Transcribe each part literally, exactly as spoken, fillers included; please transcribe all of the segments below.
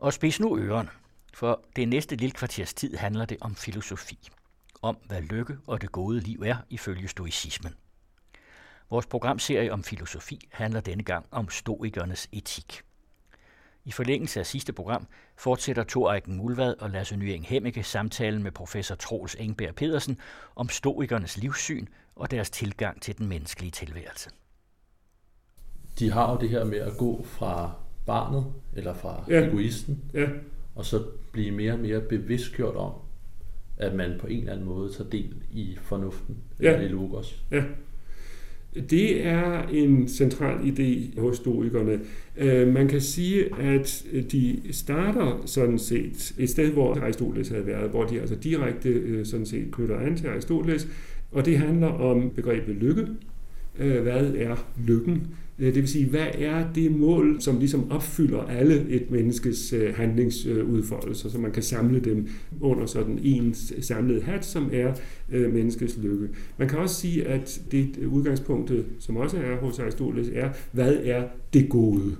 Og spids nu ørerne, for det næste lille kvarters tid handler det om filosofi. Om hvad lykke og det gode liv er ifølge stoicismen. Vores programserie om filosofi handler denne gang om stoikernes etik. I forlængelse af sidste program fortsætter Thor Eiken Mulvad og Lasse Nyeng Hemmeke samtalen med professor Troels Engberg Pedersen om stoikernes livssyn og deres tilgang til den menneskelige tilværelse. De har jo det her med at gå fra barnet, eller fra ja. egoisten, ja. og så blive mere og mere bevidstgjort om, at man på en eller anden måde tager del i fornuften, ja. eller i logos. Ja. Det er en central idé hos stoikerne. Man kan sige, at de starter sådan set et sted, hvor Aristoteles havde været, hvor de altså direkte sådan set knytter an til Aristoteles, og det handler om begrebet lykke. Hvad er lykken? Det vil sige, hvad er det mål, som ligesom opfylder alle et menneskes handlingsudfoldelser, så man kan samle dem under sådan en samlet hat, som er menneskets lykke. Man kan også sige, at det udgangspunktet, som også er hos Aristoteles, er, hvad er det gode?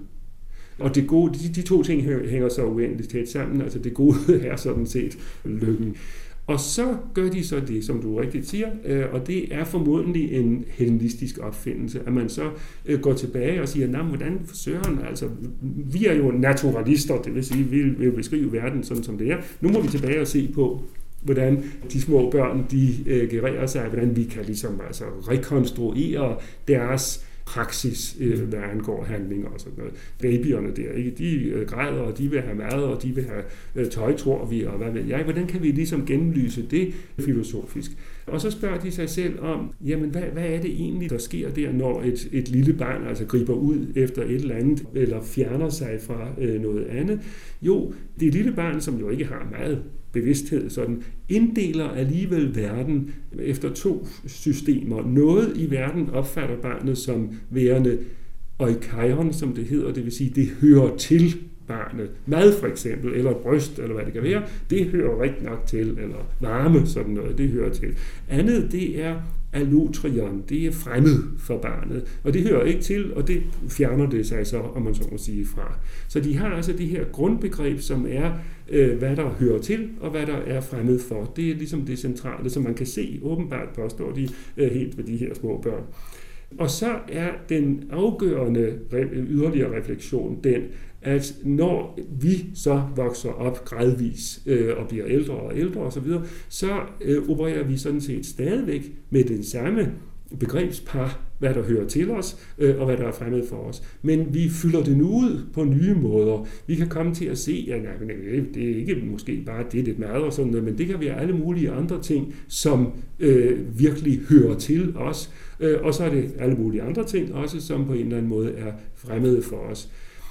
Og det gode, de, de to ting hænger så uendeligt tæt sammen. Altså det gode er sådan set lykken. Og så gør de så det, som du rigtigt siger, og det er formodentlig en hellenistisk opfindelse, at man så går tilbage og siger, nej, hvordan for søren, altså, vi er jo naturalister, det vil sige, vi vil beskrive verden sådan, som det er. Nu må vi tilbage og se på, hvordan de små børn, de gererer sig, hvordan vi kan ligesom altså rekonstruere deres praksis, hvad angår handlinger og sådan noget. Babyerne der, ikke? De græder, og de vil have mad, og de vil have tøj, tror vi, og hvad ved jeg. Hvordan kan vi ligesom gennemlyse det filosofisk? Og så spørger de sig selv om, jamen hvad, hvad er det egentlig, der sker der, når et, et lille barn altså griber ud efter et eller andet, eller fjerner sig fra øh, noget andet? Jo, det lille barn, som jo ikke har meget bevidsthed, sådan, inddeler alligevel verden efter to systemer. Noget i verden opfatter barnet som værende oikaion, som det hedder, det vil sige, det hører til barnet. Mad for eksempel, eller et bryst, eller hvad det kan være, det hører rigtig nok til, eller varme, sådan noget, det hører til. Andet, det er allotrion, det er fremmed for barnet, og det hører ikke til, og det fjerner det sig så, om man så må sige, fra. Så de har altså det her grundbegreb, som er, øh, hvad der hører til, og hvad der er fremmed for. Det er ligesom det centrale, som man kan se, åbenbart påstår de øh, helt ved de her små børn. Og så er den afgørende yderligere refleksion den, at når vi så vokser op gradvis øh, og bliver ældre og ældre osv., så, så øh, opererer vi sådan set stadigvæk med den samme begrebspar, hvad der hører til os, øh, og hvad der er fremmed for os. Men vi fylder det nu ud på nye måder. Vi kan komme til at se, at ja, det er ikke måske bare det, det mad og sådan noget, men det kan være alle mulige andre ting, som øh, virkelig hører til os. Øh, og så er det alle mulige andre ting også, som på en eller anden måde er fremmede for os.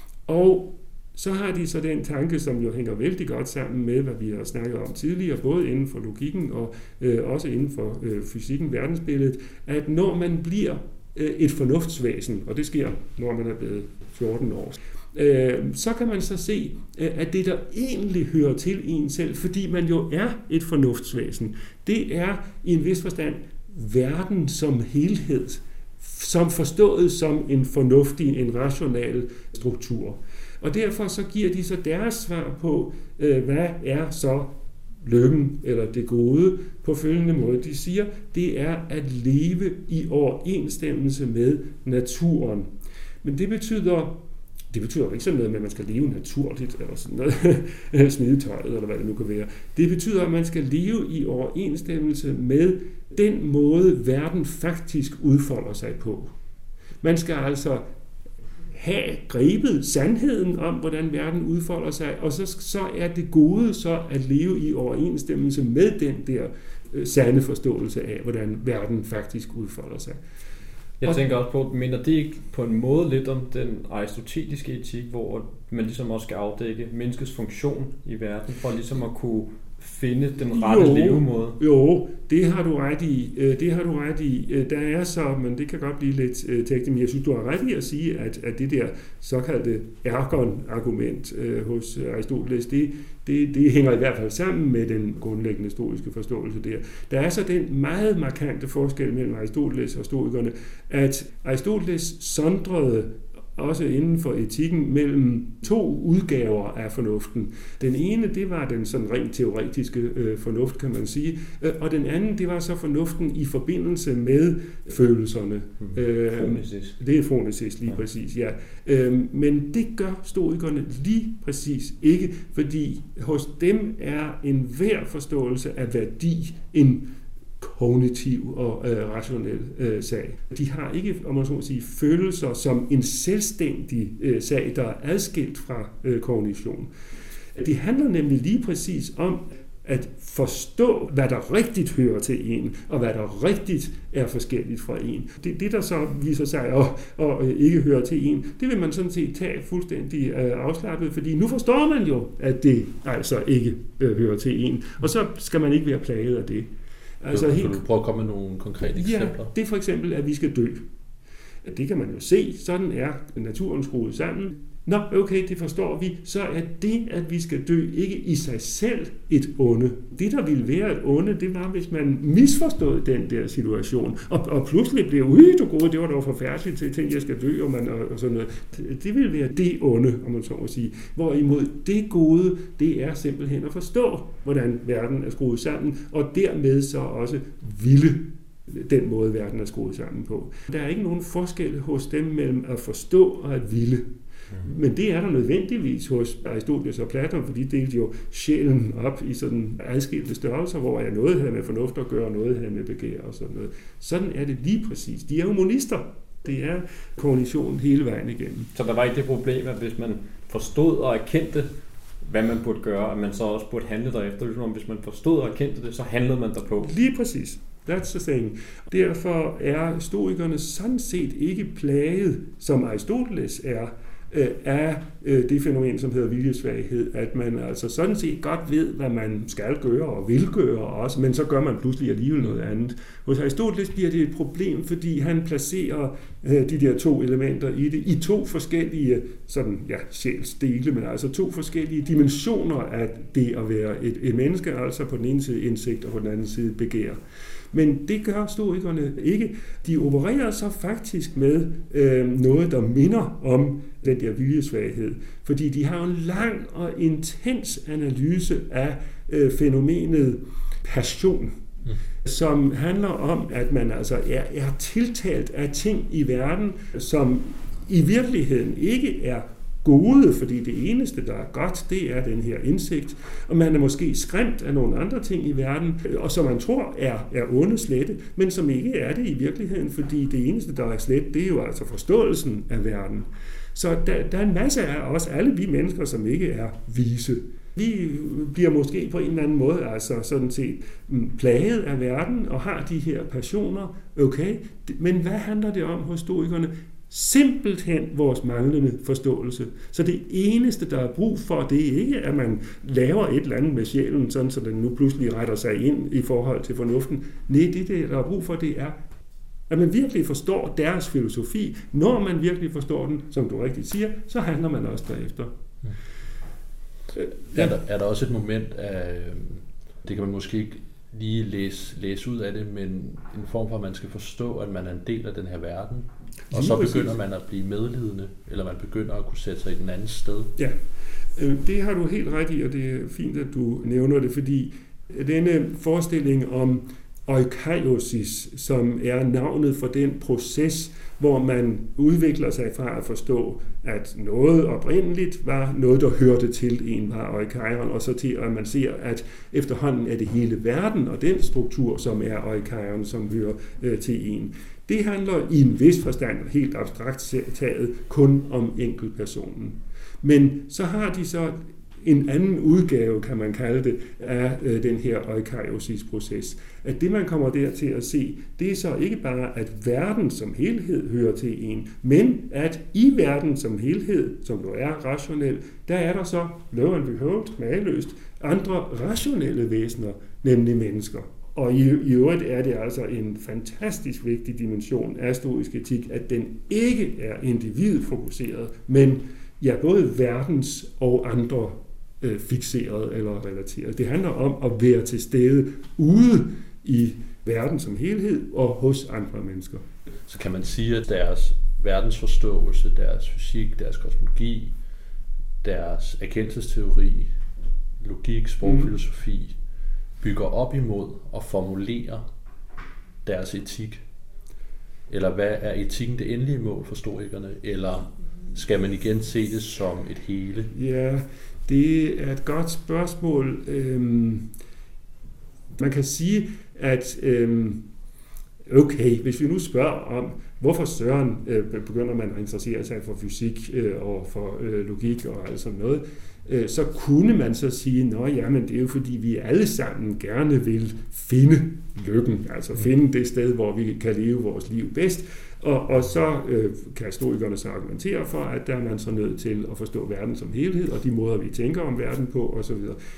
Og så har de så den tanke, som jo hænger vældig godt sammen med, hvad vi har snakket om tidligere, både inden for logikken og øh, også inden for øh, fysikken, verdensbilledet, at når man bliver øh, et fornuftsvæsen, og det sker, når man er blevet fjorten år, øh, så kan man så se, øh, at det, der egentlig hører til en selv, fordi man jo er et fornuftsvæsen, det er i en vis forstand verden som helhed, som forstået som en fornuftig, en rationel struktur. Og derfor så giver de så deres svar på, øh, hvad er så lykken eller det gode på følgende måde. De siger, det er at leve i overensstemmelse med naturen. Men det betyder, det betyder ikke sådan noget med, at man skal leve naturligt eller sådan noget, smide tøjet eller hvad det nu kan være. Det betyder, at man skal leve i overensstemmelse med den måde, verden faktisk udfolder sig på. Man skal altså have grebet sandheden om, hvordan verden udfolder sig, og så, så er det gode så at leve i overensstemmelse med den der øh, sande forståelse af, hvordan verden faktisk udfolder sig. Jeg og, tænker også på, minder det ikke på en måde lidt om den aristoteliske etik, hvor man ligesom også skal afdække menneskets funktion i verden, for ligesom at kunne finde den rette jo, levemåde? Jo, det har du ret i. Det har du ret i. Der er så, men det kan godt blive lidt teknisk, men jeg synes, du har ret i at sige, at, at det der såkaldte ergon-argument øh, hos Aristoteles, det, det, det hænger i hvert fald sammen med den grundlæggende stoiske forståelse der. Der er så den meget markante forskel mellem Aristoteles og stoikerne, at Aristoteles sondrede også inden for etikken mellem to udgaver af fornuften. Den ene, det var den sådan rent teoretiske øh, fornuft, kan man sige, øh, og den anden, det var så fornuften i forbindelse med følelserne. Mm. Øh, Fronesis. Det er Fronesis, lige ja. præcis, ja. Øh, men det gør stoikerne lige præcis ikke, fordi hos dem er enhver forståelse af værdi en kognitiv og øh, rationel øh, sag. De har ikke, om man så må sige, følelser som en selvstændig øh, sag, der er adskilt fra øh, kognition. Det handler nemlig lige præcis om at forstå, hvad der rigtigt hører til en, og hvad der rigtigt er forskelligt fra en. Det, det der så viser sig at, at ikke høre til en, det vil man sådan set tage fuldstændig øh, afslappet, fordi nu forstår man jo, at det altså ikke øh, hører til en, og så skal man ikke være plaget af det. Altså, kan du prøve at komme med nogle konkrete eksempler? Ja, det er for eksempel, at vi skal dø. Det kan man jo se, sådan er naturen skruet sammen. Nå, okay, det forstår vi. Så er det, at vi skal dø, ikke i sig selv et onde. Det, der ville være et onde, det var, hvis man misforstod den der situation, og, og pludselig blev, ui, du gode, det var dog forfærdeligt til, at jeg skal dø, og, man, og, og sådan noget. Det ville være det onde, om man så må sige. Hvorimod det gode, det er simpelthen at forstå, hvordan verden er skruet sammen, og dermed så også ville den måde, verden er skruet sammen på. Der er ikke nogen forskel hos dem mellem at forstå og at ville. Men det er der nødvendigvis hos Aristoteles og Platon, for de delte jo sjælen op i sådan adskilte størrelser, hvor jeg noget havde med fornuft at gøre, og noget havde med begær og sådan noget. Sådan er det lige præcis. De er jo monister. Det er kognition hele vejen igennem. Så der var ikke det problem, at hvis man forstod og erkendte, hvad man burde gøre, at man så også burde handle derefter. Hvis man forstod og erkendte det, så handlede man derpå. Lige præcis. That's the thing. Derfor er stoikerne sådan set ikke plaget, som Aristoteles er, af det fænomen, som hedder viljesvaghed, at man altså sådan set godt ved, hvad man skal gøre og vil gøre også, men så gør man pludselig alligevel noget andet. Hos Aristoteles bliver det et problem, fordi han placerer de der to elementer i det i to forskellige sådan, ja, sjælsdele, men altså to forskellige dimensioner af det at være et, et menneske, altså på den ene side indsigt og på den anden side begær. Men det gør stoikerne ikke. De opererer så faktisk med øh, noget, der minder om den der viljesvaghed. Fordi de har en lang og intens analyse af øh, fænomenet passion, mm. som handler om, at man altså er, er tiltalt af ting i verden, som i virkeligheden ikke er gode, fordi det eneste, der er godt, det er den her indsigt, og man er måske skræmt af nogle andre ting i verden, og som man tror er, er onde slette, men som ikke er det i virkeligheden, fordi det eneste, der er slet, det er jo altså forståelsen af verden. Så der, der er en masse af os, alle vi mennesker, som ikke er vise. Vi bliver måske på en eller anden måde altså sådan set plaget af verden og har de her passioner, okay, men hvad handler det om hos stoikerne? Simpelthen vores manglende forståelse. Så det eneste, der er brug for, det er ikke, at man laver et eller andet med sjælen, sådan så den nu pludselig retter sig ind i forhold til fornuften. Nej, det, der er brug for, det er, at man virkelig forstår deres filosofi. Når man virkelig forstår den, som du rigtigt siger, så handler man også derefter. Ja. Er, der, er der også et moment af, det kan man måske ikke lige læse, læse ud af det, men en form for, at man skal forstå, at man er en del af den her verden, og så begynder man at blive medlidende, eller man begynder at kunne sætte sig i den anden sted. Ja, det har du helt ret i, og det er fint, at du nævner det, fordi denne forestilling om oikaiosis, som er navnet for den proces, hvor man udvikler sig fra at forstå, at noget oprindeligt var noget, der hørte til en, var oikaion, og så til, at man ser, at efterhånden er det hele verden og den struktur, som er oikaion, som hører øh, til en. Det handler i en vis forstand, helt abstrakt taget, kun om enkeltpersonen. Men så har de så en anden udgave, kan man kalde det, af øh, den her oikaiosis-proces. At det, man kommer der til at se, det er så ikke bare, at verden som helhed hører til en, men at i verden som helhed, som jo er rationel, der er der så, lo and behold, mageløst, andre rationelle væsener, nemlig mennesker. Og i, i øvrigt er det altså en fantastisk vigtig dimension af stoisk etik, at den ikke er individfokuseret, men ja, både verdens og andre øh, fixeret eller relateret. Det handler om at være til stede ude i verden som helhed og hos andre mennesker. Så kan man sige, at deres verdensforståelse, deres fysik, deres kosmologi, deres erkendelsesteori, logik, sprogfilosofi, bygger op imod og formulerer deres etik? Eller hvad er etikken det endelige mål for stoikerne? Eller skal man igen se det som et hele? Ja, det er et godt spørgsmål. Øhm, man kan sige, at øhm, okay, hvis vi nu spørger om, hvorfor søren øh, begynder man at interessere sig for fysik øh, og for øh, logik og alt sådan noget, øh, så kunne man så sige, nå ja, men det er jo fordi, vi alle sammen gerne vil finde lykken, altså finde det sted, hvor vi kan leve vores liv bedst, og, og så øh, kan stoikerne så argumentere for, at der er man så nødt til at forstå verden som helhed, og de måder, vi tænker om verden på, osv.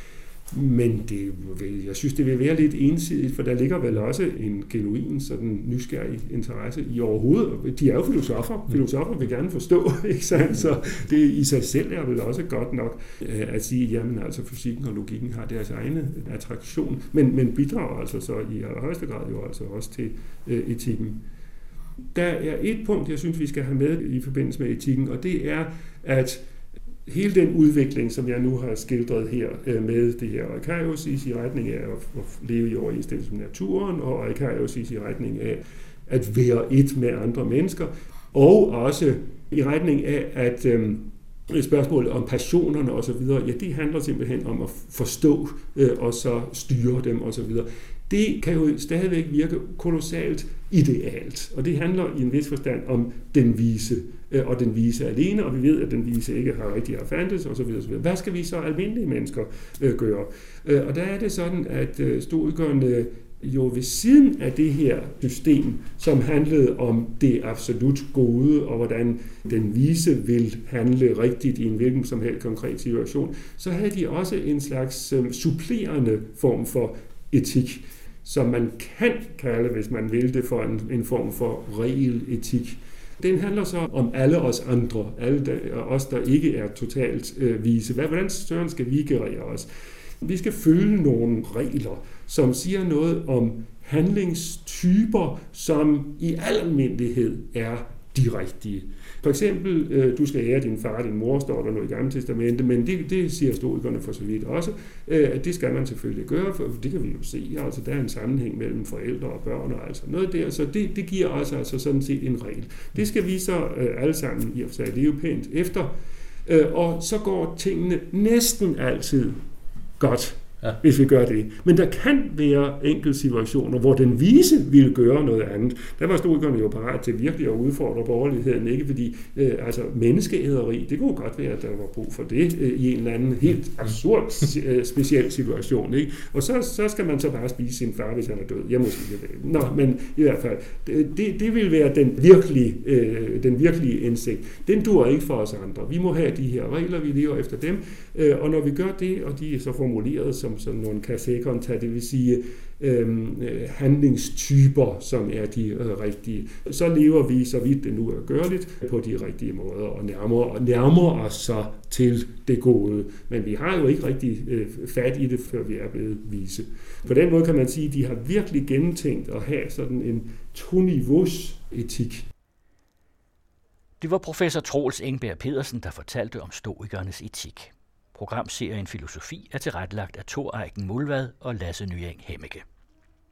Men det, jeg synes, det vil være lidt ensidigt, for der ligger vel også en genuin sådan nysgerrig interesse i overhovedet. De er jo filosofer. Filosofer vil gerne forstå, ikke sandt? Så det i sig selv er vel også godt nok at sige, jamen altså fysikken og logikken har deres egne attraktion, men, men bidrager altså så i allerhøjeste grad jo altså også til etikken. Der er et punkt, jeg synes, vi skal have med i forbindelse med etikken, og det er, at hele den udvikling, som jeg nu har skildret her med det her oikaios i retning af at leve i overensstemmelse med naturen, og oikaios i retning af at være et med andre mennesker, og også i retning af at øhm, spørgsmålet om passionerne osv., ja, det handler simpelthen om at forstå øh, og så styre dem osv. Det kan jo stadigvæk virke kolossalt idealt, og det handler i en vis forstand om den vise, øh, og den vise alene, og vi ved, at den vise ikke har rigtig har fandtes osv. Hvad skal vi så almindelige mennesker øh, gøre? Øh, og der er det sådan, at øh, stoikerne jo ved siden af det her system, som handlede om det absolut gode, og hvordan den vise vil handle rigtigt i en hvilken som helst konkret situation, så havde de også en slags øh, supplerende form for etik, som man kan kalde, hvis man vil det, for en, en form for regeletik. Den handler så om alle os andre, alle der, os, der ikke er totalt øh, vise. Hvad, hvordan søren skal vi gerere os? Vi skal følge nogle regler, som siger noget om handlingstyper, som i al almindelighed er de rigtige. For eksempel, øh, du skal ære din far og din mor, står der noget i Gamle Testamente, men det, det siger stoikerne for så vidt også, øh, at det skal man selvfølgelig gøre, for det kan vi jo se, altså der er en sammenhæng mellem forældre og børn og altså noget der, så det, det giver os altså sådan set en regel. Det skal vi så øh, alle sammen i og for sig leve pænt efter, øh, og så går tingene næsten altid godt, ja, hvis vi gør det. Men der kan være enkelte situationer, hvor den vise ville gøre noget andet. Der var stoikerne jo parat til virkelig at udfordre borgerligheden, ikke fordi øh, altså menneskeæderi, det kunne godt være, at der var brug for det øh, i en eller anden helt absurd øh, speciel situation, ikke? Og så, så skal man så bare spise sin far, hvis han er død. Jeg må sige det. Nå, men i hvert fald, det, det vil være den virkelige, øh, den virkelige indsigt. Den dur ikke for os andre. Vi må have de her regler, vi lever efter dem, øh, og når vi gør det, og de er så formuleret som sådan nogle kassekonta, det vil sige øh, handlingstyper, som er de øh, rigtige, så lever vi, så vidt det nu er gørligt, på de rigtige måder, og nærmer, og nærmer os så til det gode. Men vi har jo ikke rigtig øh, fat i det, før vi er blevet vise. På den måde kan man sige, at de har virkelig gennemtænkt at have sådan en to-niveaus etik. Det var professor Troels Engberg Pedersen, der fortalte om stoikernes etik. Programserien Filosofi er tilrettelagt af Thor Eiken Mulvad og Lasse Nyeng Hemmeke.